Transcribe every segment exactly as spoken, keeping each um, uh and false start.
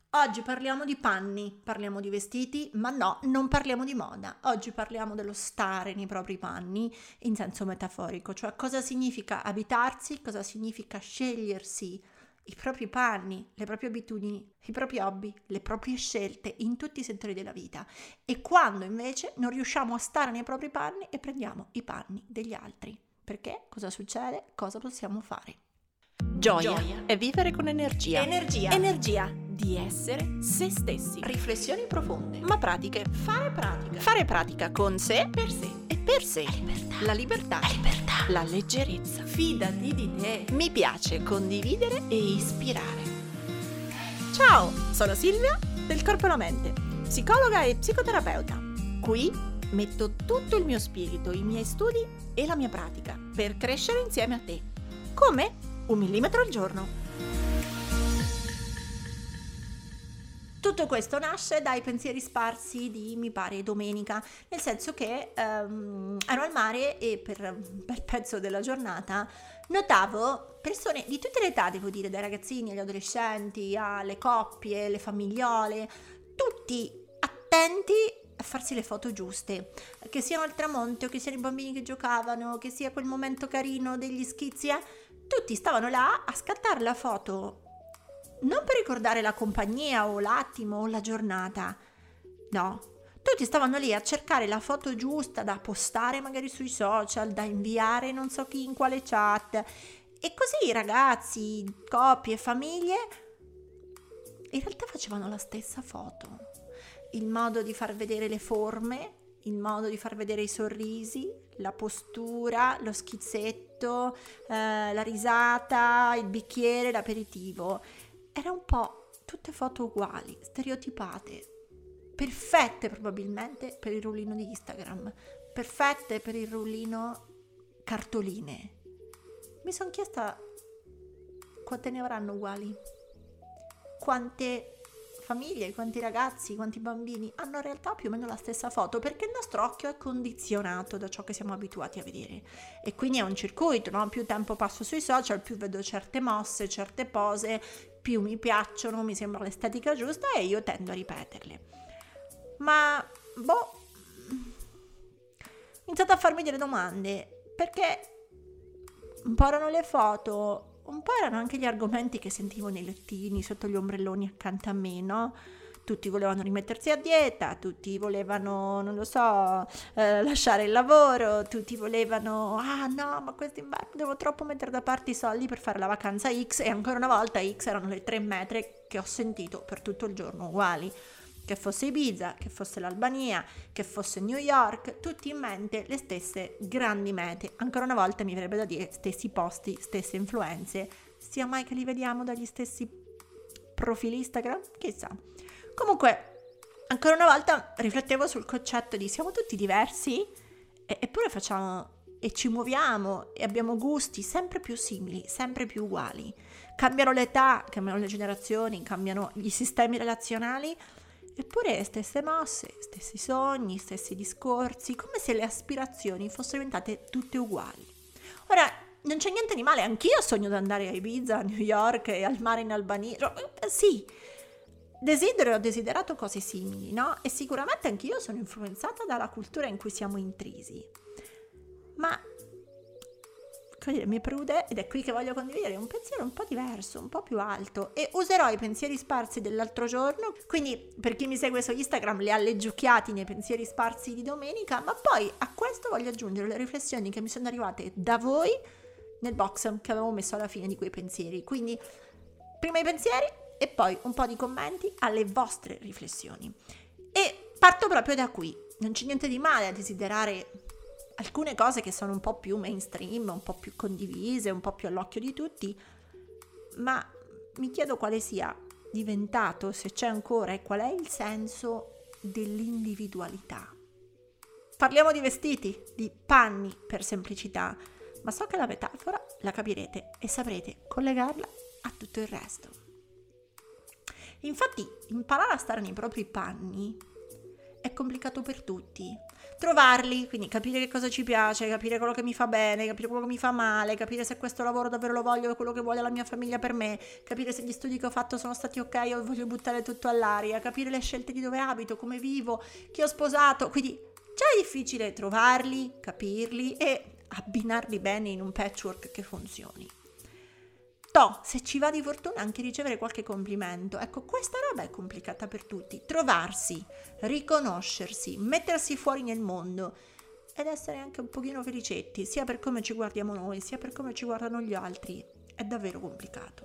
Oggi parliamo di panni, parliamo di vestiti, ma no, non parliamo di moda. Oggi parliamo dello stare nei propri panni in senso metaforico, cioè cosa significa abitarsi, cosa significa scegliersi i propri panni, le proprie abitudini, i propri hobby, le proprie scelte in tutti i settori della vita e quando invece non riusciamo a stare nei propri panni e prendiamo i panni degli altri. Perché? Cosa succede? Cosa possiamo fare? Gioia, Gioia è vivere con energia. Energia. Energia di essere se stessi. Riflessioni profonde. Ma pratiche. Fare pratica. Fare pratica con sé Per sé. e per sé. La libertà. La libertà. La libertà. La leggerezza. Fidati di te. Mi piace condividere e ispirare. Ciao, sono Silvia del Corpo e la Mente, psicologa e psicoterapeuta. Qui metto tutto il mio spirito, i miei studi e la mia pratica per crescere insieme a te. Come? Un millimetro al giorno. Tutto questo nasce dai pensieri sparsi di, mi pare, domenica, nel senso che um, ero al mare e per un bel pezzo della giornata notavo persone di tutte le età, devo dire, dai ragazzini agli adolescenti, alle coppie, alle famigliole, tutti attenti a farsi le foto giuste, che siano al tramonto, che siano i bambini che giocavano, che sia quel momento carino degli schizzi, eh, tutti stavano là a scattare la foto. Non per ricordare la compagnia o l'attimo o la giornata, no, tutti stavano lì a cercare la foto giusta da postare magari sui social, da inviare non so chi in quale chat, e così ragazzi, coppie, famiglie in realtà facevano la stessa foto, il modo di far vedere le forme, il modo di far vedere i sorrisi, la postura, lo schizzetto, eh, la risata, il bicchiere, l'aperitivo. Era un po' tutte foto uguali, stereotipate, perfette probabilmente per il rullino di Instagram, perfette per il rullino cartoline. Mi sono chiesta quante ne avranno uguali, quante famiglie, quanti ragazzi, quanti bambini hanno in realtà più o meno la stessa foto, perché il nostro occhio è condizionato da ciò che siamo abituati a vedere e quindi è un circuito, no? Più tempo passo sui social, più vedo certe mosse, certe pose, più mi piacciono, mi sembra l'estetica giusta e io tendo a ripeterle. Ma, boh, ho iniziato a farmi delle domande, perché un po' erano le foto, un po' erano anche gli argomenti che sentivo nei lettini, sotto gli ombrelloni accanto a me, no? Tutti volevano rimettersi a dieta, tutti volevano, non lo so, eh, lasciare il lavoro, tutti volevano, ah no, ma quest'inverno devo troppo mettere da parte i soldi per fare la vacanza X, e ancora una volta X erano le tre metre che ho sentito per tutto il giorno uguali. Che fosse Ibiza, che fosse l'Albania, che fosse New York, tutti in mente le stesse grandi mete. Ancora una volta mi verrebbe da dire stessi posti, stesse influenze. Sia mai che li vediamo dagli stessi profili Instagram? Chissà. Comunque, ancora una volta riflettevo sul concetto di siamo tutti diversi, e, eppure facciamo e ci muoviamo e abbiamo gusti sempre più simili, sempre più uguali. Cambiano le età, cambiano le generazioni, cambiano gli sistemi relazionali, eppure stesse mosse, stessi sogni, stessi discorsi, come se le aspirazioni fossero diventate tutte uguali. Ora, non c'è niente di male, anch'io sogno di andare a Ibiza, a New York e al mare in Albania. Sì, desidero e ho desiderato cose simili, no? E sicuramente anch'io sono influenzata dalla cultura in cui siamo intrisi. Ma mi prude, ed è qui che voglio condividere, un pensiero un po' diverso, un po' più alto, e userò i pensieri sparsi dell'altro giorno, quindi per chi mi segue su Instagram li ha leggiucchiati nei pensieri sparsi di domenica, ma poi a questo voglio aggiungere le riflessioni che mi sono arrivate da voi nel box che avevo messo alla fine di quei pensieri. Quindi prima i pensieri e poi un po' di commenti alle vostre riflessioni, e parto proprio da qui. Non c'è niente di male a desiderare alcune cose che sono un po' più mainstream, un po' più condivise, un po' più all'occhio di tutti, ma mi chiedo quale sia diventato, se c'è ancora, e qual è il senso dell'individualità. Parliamo di vestiti, di panni per semplicità, ma so che la metafora la capirete e saprete collegarla a tutto il resto. Infatti, imparare a stare nei propri panni è complicato per tutti, Trovarli, quindi capire che cosa ci piace, capire quello che mi fa bene, capire quello che mi fa male, capire se questo lavoro davvero lo voglio, quello che vuole la mia famiglia per me, capire se gli studi che ho fatto sono stati ok o voglio buttare tutto all'aria, capire le scelte di dove abito, come vivo, chi ho sposato, quindi già è difficile trovarli, capirli e abbinarli bene in un patchwork che funzioni. To, se ci va di fortuna anche ricevere qualche complimento. Ecco, questa roba è complicata per tutti. Trovarsi, riconoscersi, mettersi fuori nel mondo ed essere anche un pochino felicetti, sia per come ci guardiamo noi, sia per come ci guardano gli altri, è davvero complicato.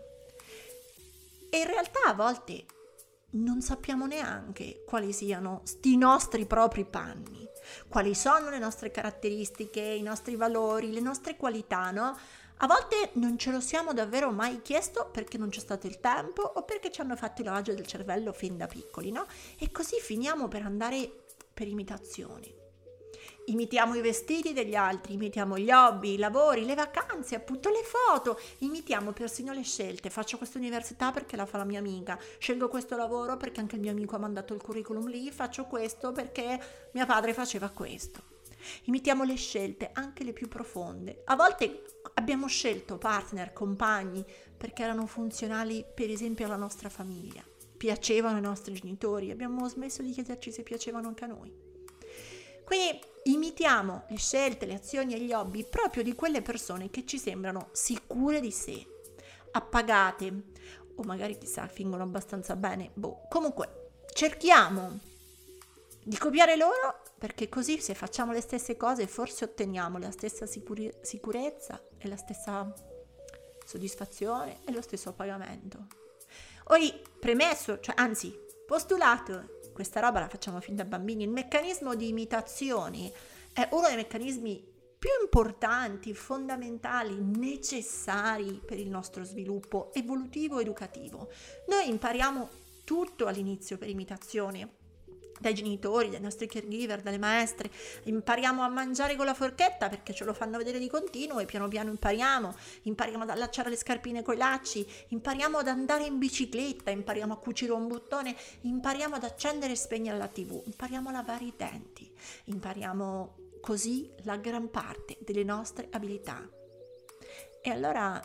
E in realtà a volte non sappiamo neanche quali siano sti nostri propri panni, quali sono le nostre caratteristiche, i nostri valori, le nostre qualità, no? A volte non ce lo siamo davvero mai chiesto perché non c'è stato il tempo o perché ci hanno fatto il lavaggio del cervello fin da piccoli, no? E così finiamo per andare per imitazioni. Imitiamo i vestiti degli altri, imitiamo gli hobby, i lavori, le vacanze, appunto le foto, imitiamo persino le scelte. Faccio questa università perché la fa la mia amica, scelgo questo lavoro perché anche il mio amico ha mandato il curriculum lì, faccio questo perché mio padre faceva questo. Imitiamo le scelte, anche le più profonde. A volte abbiamo scelto partner, compagni, perché erano funzionali per esempio alla nostra famiglia, piacevano ai nostri genitori, abbiamo smesso di chiederci se piacevano anche a noi. Quindi imitiamo le scelte, le azioni e gli hobby proprio di quelle persone che ci sembrano sicure di sé, appagate, o magari chissà fingono abbastanza bene, boh. Comunque cerchiamo di copiare loro, perché così se facciamo le stesse cose forse otteniamo la stessa sicuri- sicurezza e la stessa soddisfazione e lo stesso pagamento. Ora, premesso, cioè anzi postulato, questa roba la facciamo fin da bambini, il meccanismo di imitazioni è uno dei meccanismi più importanti, fondamentali, necessari per il nostro sviluppo evolutivo educativo. Noi impariamo tutto all'inizio per imitazione, dai genitori, dai nostri caregiver, dalle maestre, impariamo a mangiare con la forchetta perché ce lo fanno vedere di continuo e piano piano impariamo, impariamo ad allacciare le scarpine coi lacci, impariamo ad andare in bicicletta, impariamo a cucire un bottone, impariamo ad accendere e spegnere la tivù, impariamo a lavare i denti, impariamo così la gran parte delle nostre abilità. E allora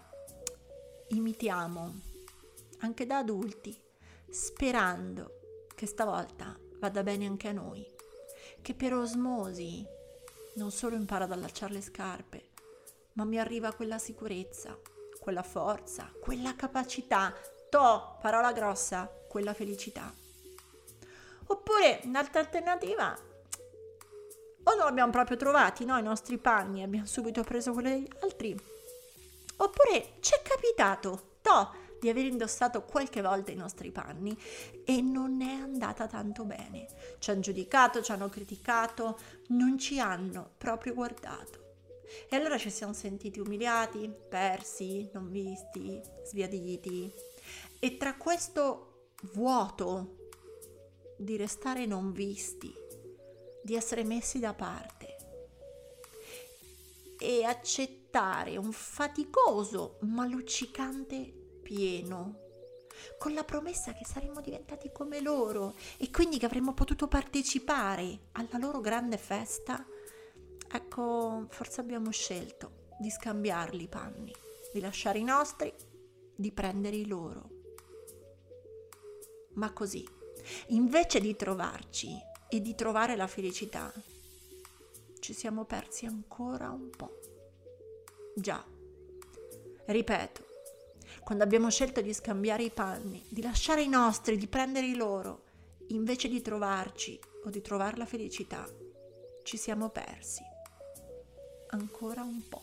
imitiamo anche da adulti, sperando che stavolta vada bene anche a noi, che per osmosi non solo imparo ad allacciare le scarpe, ma mi arriva quella sicurezza, quella forza, quella capacità, to, parola grossa, quella felicità. Oppure un'altra alternativa, o non abbiamo proprio trovati noi i nostri panni e abbiamo subito preso quelli degli altri, oppure ci è capitato, to, di aver indossato qualche volta i nostri panni e non è andata tanto bene. Ci hanno giudicato, ci hanno criticato, non ci hanno proprio guardato. E allora ci siamo sentiti umiliati, persi, non visti, sbiaditi. E tra questo vuoto di restare non visti, di essere messi da parte e accettare un faticoso ma luccicante pieno, con la promessa che saremmo diventati come loro e quindi che avremmo potuto partecipare alla loro grande festa, ecco, forse abbiamo scelto di scambiarli i panni, di lasciare i nostri, di prendere i loro. Ma così, invece di trovarci e di trovare la felicità, ci siamo persi ancora un po'. Già, ripeto, quando abbiamo scelto di scambiare i panni, di lasciare i nostri, di prendere i loro, invece di trovarci o di trovare la felicità, ci siamo persi ancora un po'.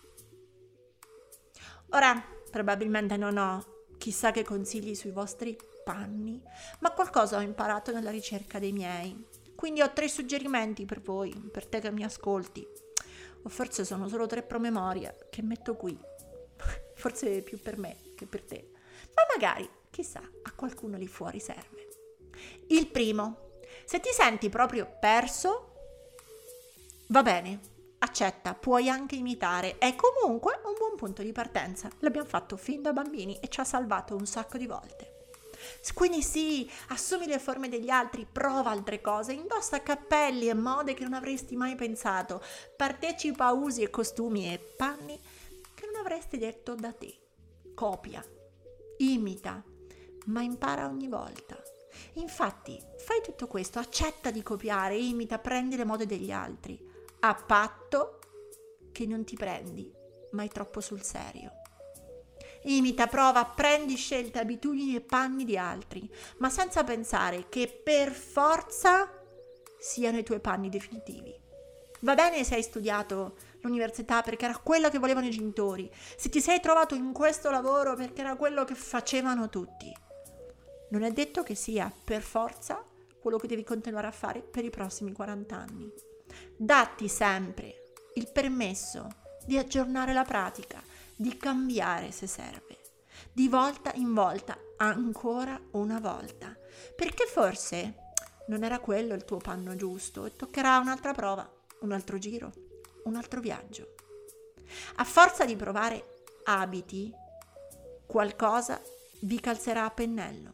Ora, probabilmente non ho chissà che consigli sui vostri panni, ma qualcosa ho imparato nella ricerca dei miei. Quindi ho tre suggerimenti per voi, per te che mi ascolti. O forse sono solo tre promemoria che metto qui. Forse più per me che per te. Ma magari, chissà, a qualcuno lì fuori serve. Il primo, se ti senti proprio perso, va bene, accetta, puoi anche imitare. È comunque un buon punto di partenza. L'abbiamo fatto fin da bambini e ci ha salvato un sacco di volte. Quindi sì, assumi le forme degli altri, prova altre cose, indossa cappelli e mode che non avresti mai pensato, partecipa a usi e costumi e panni che non avresti detto da te. Copia, imita, ma impara ogni volta. Infatti, fai tutto questo, accetta di copiare, imita, prendi le mode degli altri, a patto che non ti prendi mai troppo sul serio. Imita, prova, prendi scelte, abitudini e panni di altri, ma senza pensare che per forza siano i tuoi panni definitivi. Va bene se hai studiato l'università perché era quello che volevano i genitori, se ti sei trovato in questo lavoro perché era quello che facevano tutti. Non è detto che sia per forza quello che devi continuare a fare per i prossimi quaranta anni. Datti sempre il permesso di aggiornare la pratica, di cambiare se serve, di volta in volta, ancora una volta, perché forse non era quello il tuo panno giusto e toccherà un'altra prova, un altro giro, un altro viaggio. A forza di provare abiti, qualcosa vi calzerà a pennello.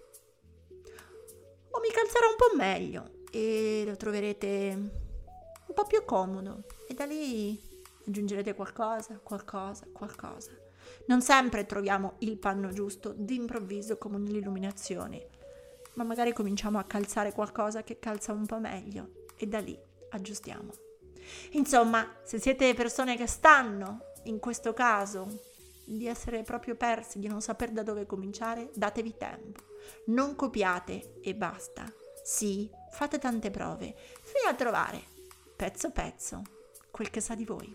O mi calzerà un po' meglio e lo troverete un po' più comodo e da lì aggiungerete qualcosa, qualcosa, qualcosa. Non sempre troviamo il panno giusto d'improvviso come nell'illuminazione, ma magari cominciamo a calzare qualcosa che calza un po' meglio e da lì aggiustiamo. Insomma, se siete persone che stanno, in questo caso, di essere proprio persi, di non sapere da dove cominciare, datevi tempo. Non copiate e basta. Sì, fate tante prove, fino a trovare, pezzo pezzo, quel che sa di voi.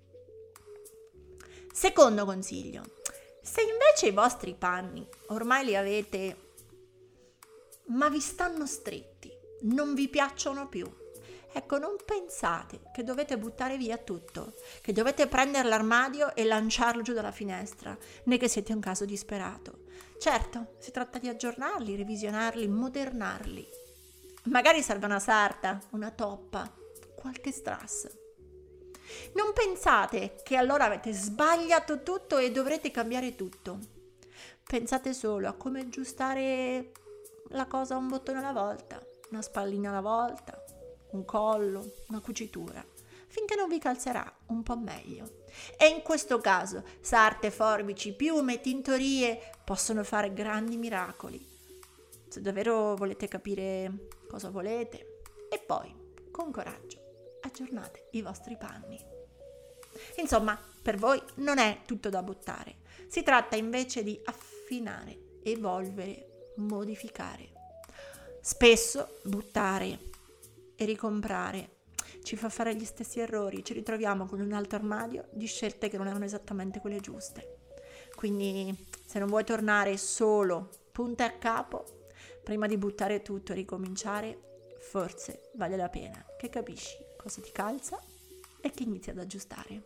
Secondo consiglio, se invece i vostri panni ormai li avete, ma vi stanno stretti, non vi piacciono più, ecco, non pensate che dovete buttare via tutto, che dovete prendere l'armadio e lanciarlo giù dalla finestra, né che siete un caso disperato. Certo, si tratta di aggiornarli, revisionarli, modernarli. Magari serve una sarta, una toppa, qualche strass. Non pensate che allora avete sbagliato tutto e dovrete cambiare tutto. Pensate solo a come aggiustare la cosa un bottone alla volta, una spallina alla volta, un collo, una cucitura, finché non vi calzerà un po' meglio. E in questo caso sarte, forbici, piume, tintorie possono fare grandi miracoli. Se davvero volete capire cosa volete, e poi, con coraggio, aggiornate i vostri panni. Insomma, per voi non è tutto da buttare. Si tratta invece di affinare, evolvere, modificare. Spesso buttare e ricomprare ci fa fare gli stessi errori, ci ritroviamo con un altro armadio di scelte che non erano esattamente quelle giuste. Quindi, se non vuoi tornare solo punta a capo, prima di buttare tutto e ricominciare, forse vale la pena che capisci cosa ti calza e che inizi ad aggiustare.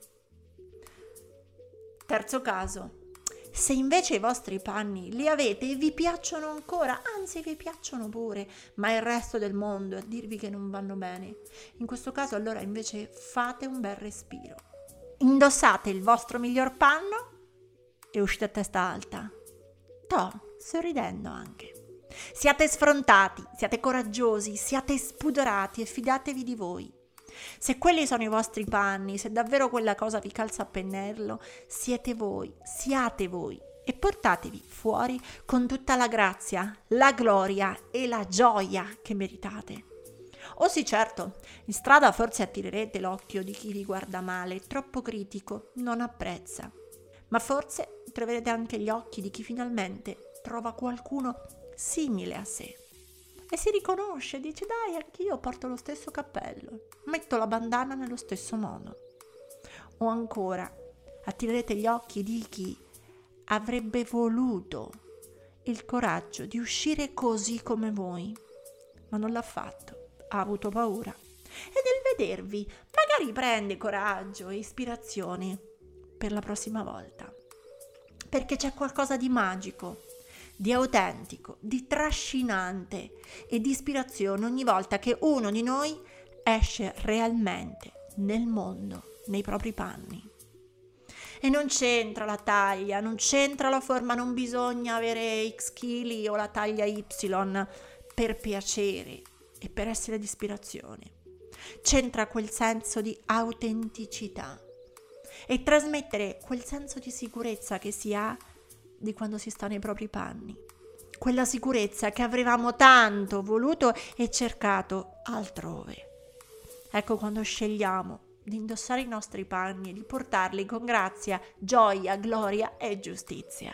Terzo caso, se invece i vostri panni li avete e vi piacciono ancora, anzi vi piacciono pure, ma il resto del mondo a dirvi che non vanno bene, in questo caso allora invece fate un bel respiro. Indossate il vostro miglior panno e uscite a testa alta. Toh, sorridendo anche. Siate sfrontati, siate coraggiosi, siate spudorati e fidatevi di voi. Se quelli sono i vostri panni, se davvero quella cosa vi calza a pennello, siete voi, siate voi e portatevi fuori con tutta la grazia, la gloria e la gioia che meritate. Oh sì, certo, in strada forse attirerete l'occhio di chi vi guarda male, troppo critico, non apprezza, ma forse troverete anche gli occhi di chi finalmente trova qualcuno simile a sé. E si riconosce, dice dai, anch'io porto lo stesso cappello, metto la bandana nello stesso modo. O ancora, attirerete gli occhi di chi avrebbe voluto il coraggio di uscire così come voi, ma non l'ha fatto, ha avuto paura. E nel vedervi magari prende coraggio e ispirazione per la prossima volta, perché c'è qualcosa di magico, di autentico, di trascinante e di ispirazione ogni volta che uno di noi esce realmente nel mondo, nei propri panni. E non c'entra la taglia, non c'entra la forma, non bisogna avere X chili o la taglia Y per piacere e per essere di ispirazione. C'entra quel senso di autenticità e trasmettere quel senso di sicurezza che si ha di quando si sta nei propri panni. Quella sicurezza che avremmo tanto voluto e cercato altrove. Ecco quando scegliamo di indossare i nostri panni e di portarli con grazia, gioia, gloria e giustizia.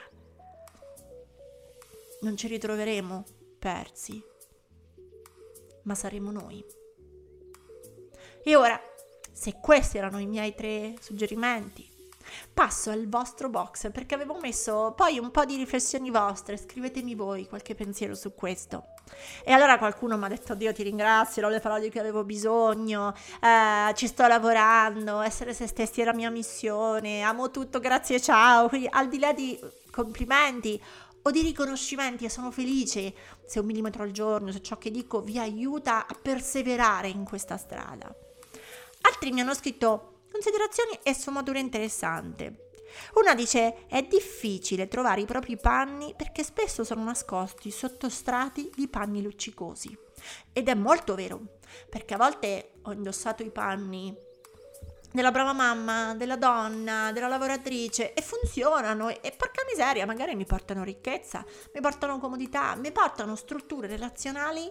Non ci ritroveremo persi, ma saremo noi. E ora, se questi erano i miei tre suggerimenti, passo al vostro box perché avevo messo poi un po' di riflessioni vostre. Scrivetemi voi qualche pensiero su questo. E allora qualcuno mi ha detto: Dio, ti ringrazio, le parole di cui avevo bisogno, eh, ci sto lavorando, essere se stessi è la mia missione, amo tutto, grazie, ciao. Quindi al di là di complimenti o di riconoscimenti, e sono felice se un millimetro al giorno, se ciò che dico vi aiuta a perseverare in questa strada. Altri mi hanno scritto considerazioni e sfumature interessanti. Una dice: è difficile trovare i propri panni perché spesso sono nascosti sotto strati di panni luccicosi. Ed è molto vero, perché a volte ho indossato i panni della brava mamma, della donna, della lavoratrice e funzionano e, e porca miseria, magari mi portano ricchezza, mi portano comodità, mi portano strutture relazionali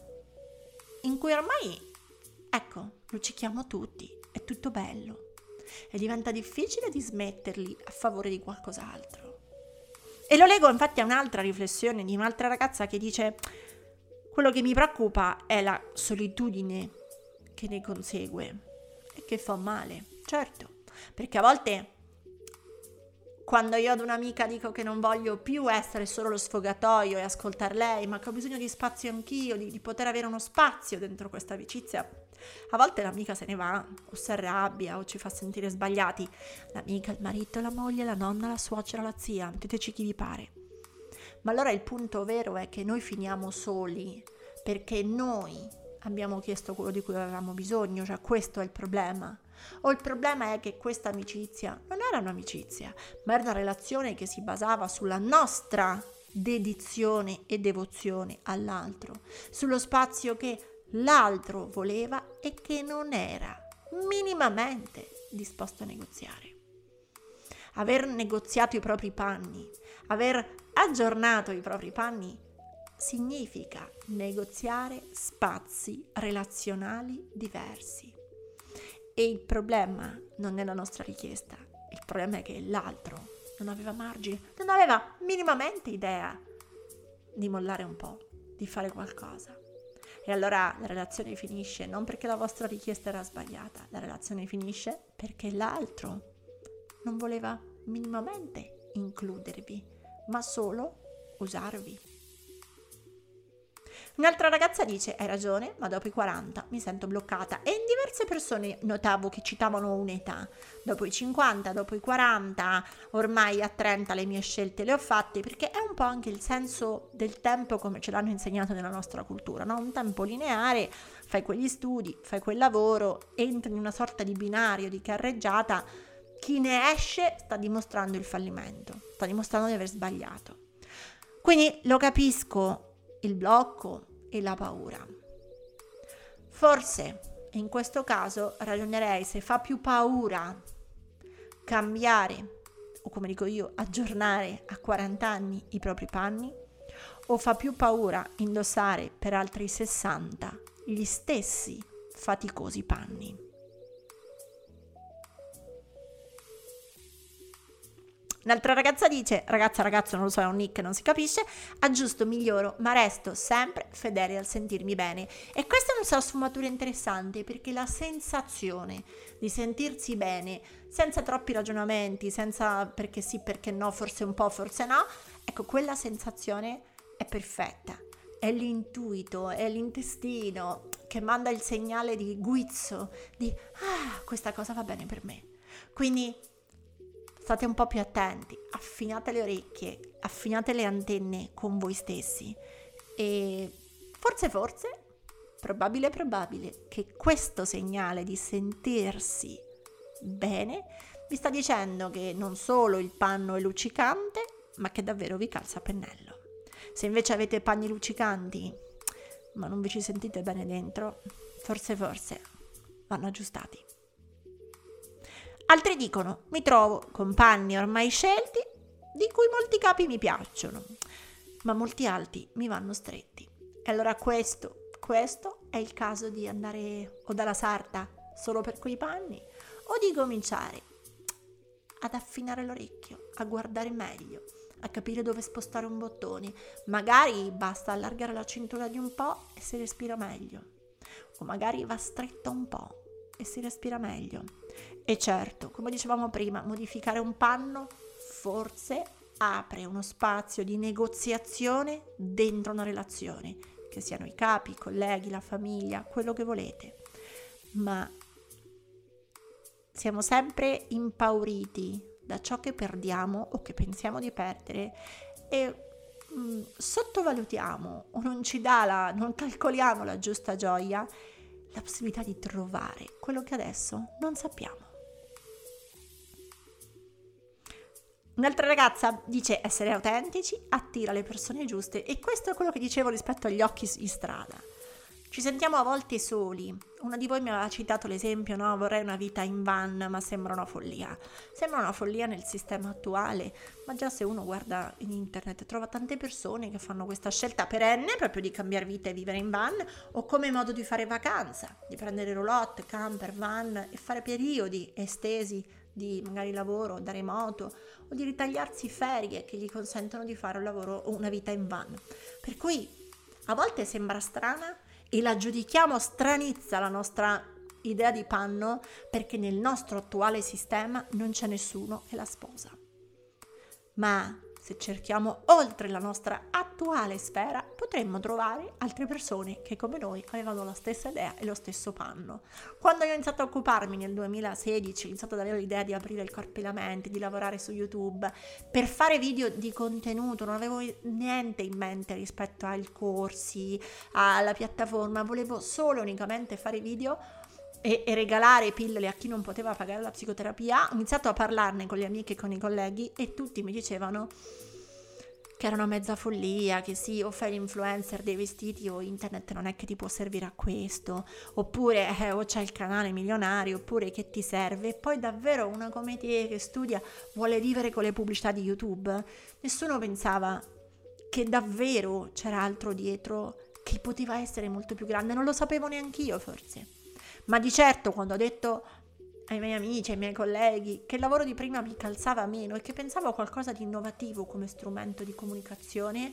in cui ormai, ecco, luccichiamo tutti, è tutto bello. E diventa difficile di smetterli a favore di qualcos'altro. E lo leggo infatti a un'altra riflessione di un'altra ragazza che dice: quello che mi preoccupa è la solitudine che ne consegue e che fa male, certo, perché a volte quando io ad un'amica dico che non voglio più essere solo lo sfogatoio e ascoltar lei, ma che ho bisogno di spazio anch'io, di, di poter avere uno spazio dentro questa amicizia, a volte l'amica se ne va, o si arrabbia, o ci fa sentire sbagliati. L'amica, il marito, la moglie, la nonna, la suocera, la zia, metteteci chi vi pare. Ma allora il punto vero è che noi finiamo soli, perché noi abbiamo chiesto quello di cui avevamo bisogno, cioè questo è il problema. O il problema è che questa amicizia non era un'amicizia, ma era una relazione che si basava sulla nostra dedizione e devozione all'altro, sullo spazio che l'altro voleva e che non era minimamente disposto a negoziare. Aver negoziato i propri panni, aver aggiornato i propri panni significa negoziare spazi relazionali diversi. E il problema non è la nostra richiesta, il problema è che l'altro non aveva margine, non aveva minimamente idea di mollare un po', di fare qualcosa. E allora la relazione finisce non perché la vostra richiesta era sbagliata, la relazione finisce perché l'altro non voleva minimamente includervi, ma solo usarvi. Un'altra ragazza dice: hai ragione, ma dopo i quaranta mi sento bloccata. E in diverse persone notavo che citavano un'età. Dopo i cinquanta, dopo i quaranta, ormai a trenta le mie scelte le ho fatte, perché è un po' anche il senso del tempo come ce l'hanno insegnato nella nostra cultura, no? Un tempo lineare, fai quegli studi, fai quel lavoro, entri in una sorta di binario, di carreggiata. Chi ne esce sta dimostrando il fallimento, sta dimostrando di aver sbagliato. Quindi lo capisco, il blocco e la paura. Forse in questo caso ragionerei se fa più paura cambiare, o come dico io, aggiornare a quaranta anni i propri panni, o fa più paura indossare per altri sessanta gli stessi faticosi panni. Un'altra ragazza dice: ragazza, ragazzo, non lo so, è un nick, non si capisce, aggiusto, miglioro, ma resto sempre fedele al sentirmi bene. E questa è una sfumatura interessante, perché la sensazione di sentirsi bene, senza troppi ragionamenti, senza perché sì, perché no, forse un po', forse no, ecco, quella sensazione è perfetta. È l'intuito, è l'intestino che manda il segnale di guizzo, di ah, questa cosa va bene per me. Quindi state un po' più attenti, affinate le orecchie, affinate le antenne con voi stessi e forse, forse, probabile, probabile che questo segnale di sentirsi bene vi sta dicendo che non solo il panno è luccicante, ma che davvero vi calza a pennello. Se invece avete panni luccicanti, ma non vi ci sentite bene dentro, forse forse vanno aggiustati. Altri dicono: mi trovo con panni ormai scelti, di cui molti capi mi piacciono, ma molti altri mi vanno stretti. E allora questo, questo è il caso di andare o dalla sarta solo per quei panni, o di cominciare ad affinare l'orecchio, a guardare meglio, a capire dove spostare un bottone. Magari basta allargare la cintura di un po' e si respira meglio, o magari va stretta un po' e si respira meglio. E certo, come dicevamo prima, modificare un panno forse apre uno spazio di negoziazione dentro una relazione, che siano i capi, i colleghi, la famiglia, quello che volete. Ma siamo sempre impauriti da ciò che perdiamo o che pensiamo di perdere e mh, sottovalutiamo o non ci dà la, non calcoliamo la giusta gioia, la possibilità di trovare quello che adesso non sappiamo. Un'altra ragazza dice: essere autentici attira le persone giuste, e questo è quello che dicevo rispetto agli occhi in strada. Ci sentiamo a volte soli. Una di voi mi aveva citato l'esempio, no? Vorrei una vita in van, ma sembra una follia. Sembra una follia nel sistema attuale, ma già se uno guarda in internet trova tante persone che fanno questa scelta perenne proprio di cambiare vita e vivere in van, o come modo di fare vacanza, di prendere roulotte, camper, van e fare periodi estesi di magari lavoro da remoto, o di ritagliarsi ferie che gli consentono di fare un lavoro o una vita in van. Per cui a volte sembra strana e la giudichiamo stranizza la nostra idea di panno, perché nel nostro attuale sistema non c'è nessuno che la sposa. Ma se cerchiamo oltre la nostra attuale sfera, potremmo trovare altre persone che come noi avevano la stessa idea e lo stesso panno. Quando io ho iniziato a occuparmi nel duemilasedici, ho iniziato ad avere l'idea di aprire il Corpo e la Mente, di lavorare su YouTube per fare video di contenuto, non avevo niente in mente rispetto ai corsi, alla piattaforma, volevo solo e unicamente fare video e, e regalare pillole a chi non poteva pagare la psicoterapia. Ho iniziato a parlarne con le amiche e con i colleghi e tutti mi dicevano che era una mezza follia, che sì, o fai l'influencer dei vestiti o internet non è che ti può servire a questo, oppure eh, o c'è il canale milionario, oppure che ti serve. E poi davvero una come te che studia vuole vivere con le pubblicità di YouTube? Nessuno pensava che davvero c'era altro dietro, che poteva essere molto più grande. Non lo sapevo neanche io forse, ma di certo quando ho detto ai miei amici, ai miei colleghi che il lavoro di prima mi calzava meno e che pensavo a qualcosa di innovativo come strumento di comunicazione,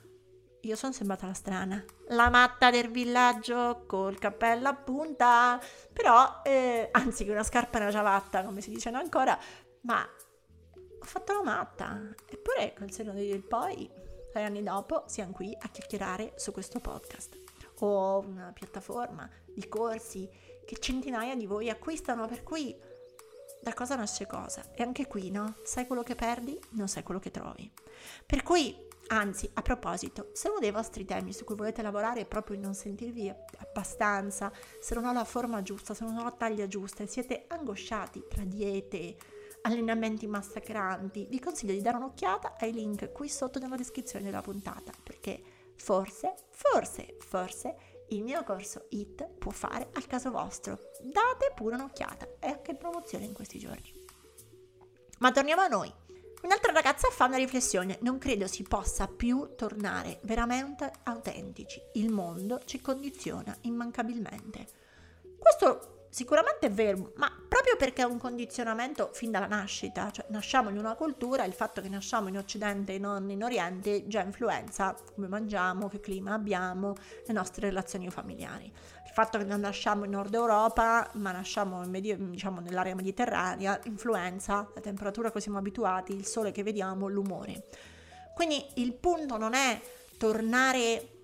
io sono sembrata la strana, la matta del villaggio col cappello a punta, però eh, anzi che una scarpa e una ciabatta, come si dice ancora, ma ho fatto la matta. Eppure col senno del poi, sei anni dopo, siamo qui a chiacchierare su questo podcast o una piattaforma di corsi che centinaia di voi acquistano, per cui da cosa nasce cosa? E anche qui, no? Sai quello che perdi, non sai quello che trovi. Per cui, anzi, a proposito, se uno dei vostri temi su cui volete lavorare è proprio il non sentirvi abbastanza, se non ho la forma giusta, se non ho la taglia giusta e siete angosciati tra diete, allenamenti massacranti, vi consiglio di dare un'occhiata ai link qui sotto nella descrizione della puntata, perché forse, forse, forse il mio corso I T può fare al caso vostro. Date pure un'occhiata, è anche in promozione in questi giorni. Ma torniamo a noi. Un'altra ragazza fa una riflessione: non credo si possa più tornare veramente autentici, il mondo ci condiziona immancabilmente. Questo sicuramente è vero, ma proprio perché è un condizionamento fin dalla nascita, cioè nasciamo in una cultura, il fatto che nasciamo in Occidente e non in Oriente già influenza come mangiamo, che clima abbiamo, le nostre relazioni familiari. Il fatto che non nasciamo in Nord Europa, ma nasciamo in medio, diciamo nell'area mediterranea, influenza la temperatura a cui siamo abituati, il sole che vediamo, l'umore. Quindi il punto non è tornare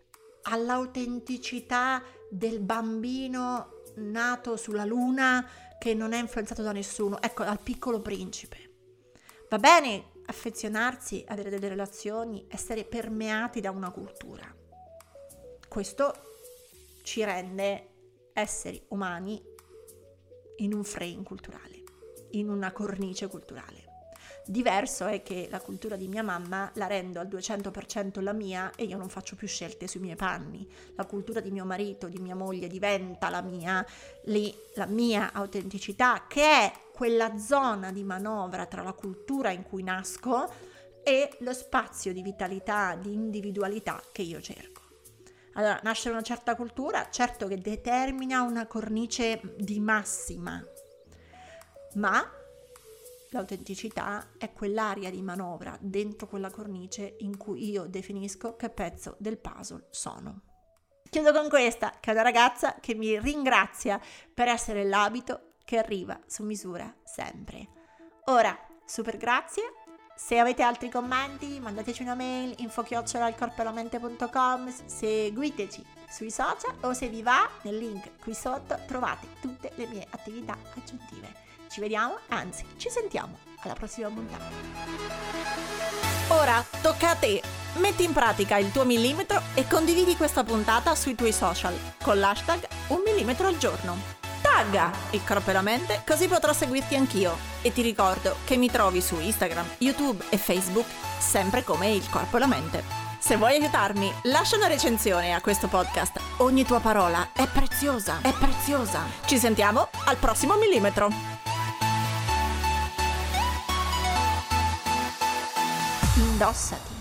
all'autenticità del bambino nato sulla luna che non è influenzato da nessuno, ecco, al Piccolo Principe. Va bene affezionarsi, avere delle relazioni, essere permeati da una cultura. Questo ci rende esseri umani in un frame culturale. in una cornice culturale. Diverso è che la cultura di mia mamma la rendo al duecento per cento la mia e io non faccio più scelte sui miei panni. La cultura di mio marito, di mia moglie diventa la mia, lì la mia autenticità, che è quella zona di manovra tra la cultura in cui nasco e lo spazio di vitalità, di individualità che io cerco. Allora, nascere una certa cultura, certo che determina una cornice di massima, ma l'autenticità è quell'area di manovra dentro quella cornice in cui io definisco che pezzo del puzzle sono. Chiudo con questa, che è una ragazza che mi ringrazia per essere l'abito che arriva su misura sempre. Ora, super grazie. Se avete altri commenti, mandateci una mail info chiocciola il corpo e la mente punto com, seguiteci sui social o se vi va nel link qui sotto trovate tutte le mie attività aggiuntive. Ci vediamo, anzi, ci sentiamo alla prossima puntata. Ora tocca a te. Metti in pratica il tuo millimetro e condividi questa puntata sui tuoi social con l'hashtag un millimetro al giorno. Tagga il corpo e la mente così potrò seguirti anch'io. E ti ricordo che mi trovi su Instagram, YouTube e Facebook sempre come il corpo e la mente. Se vuoi aiutarmi, lascia una recensione a questo podcast. Ogni tua parola è preziosa, è preziosa. Ci sentiamo al prossimo millimetro. Indossati.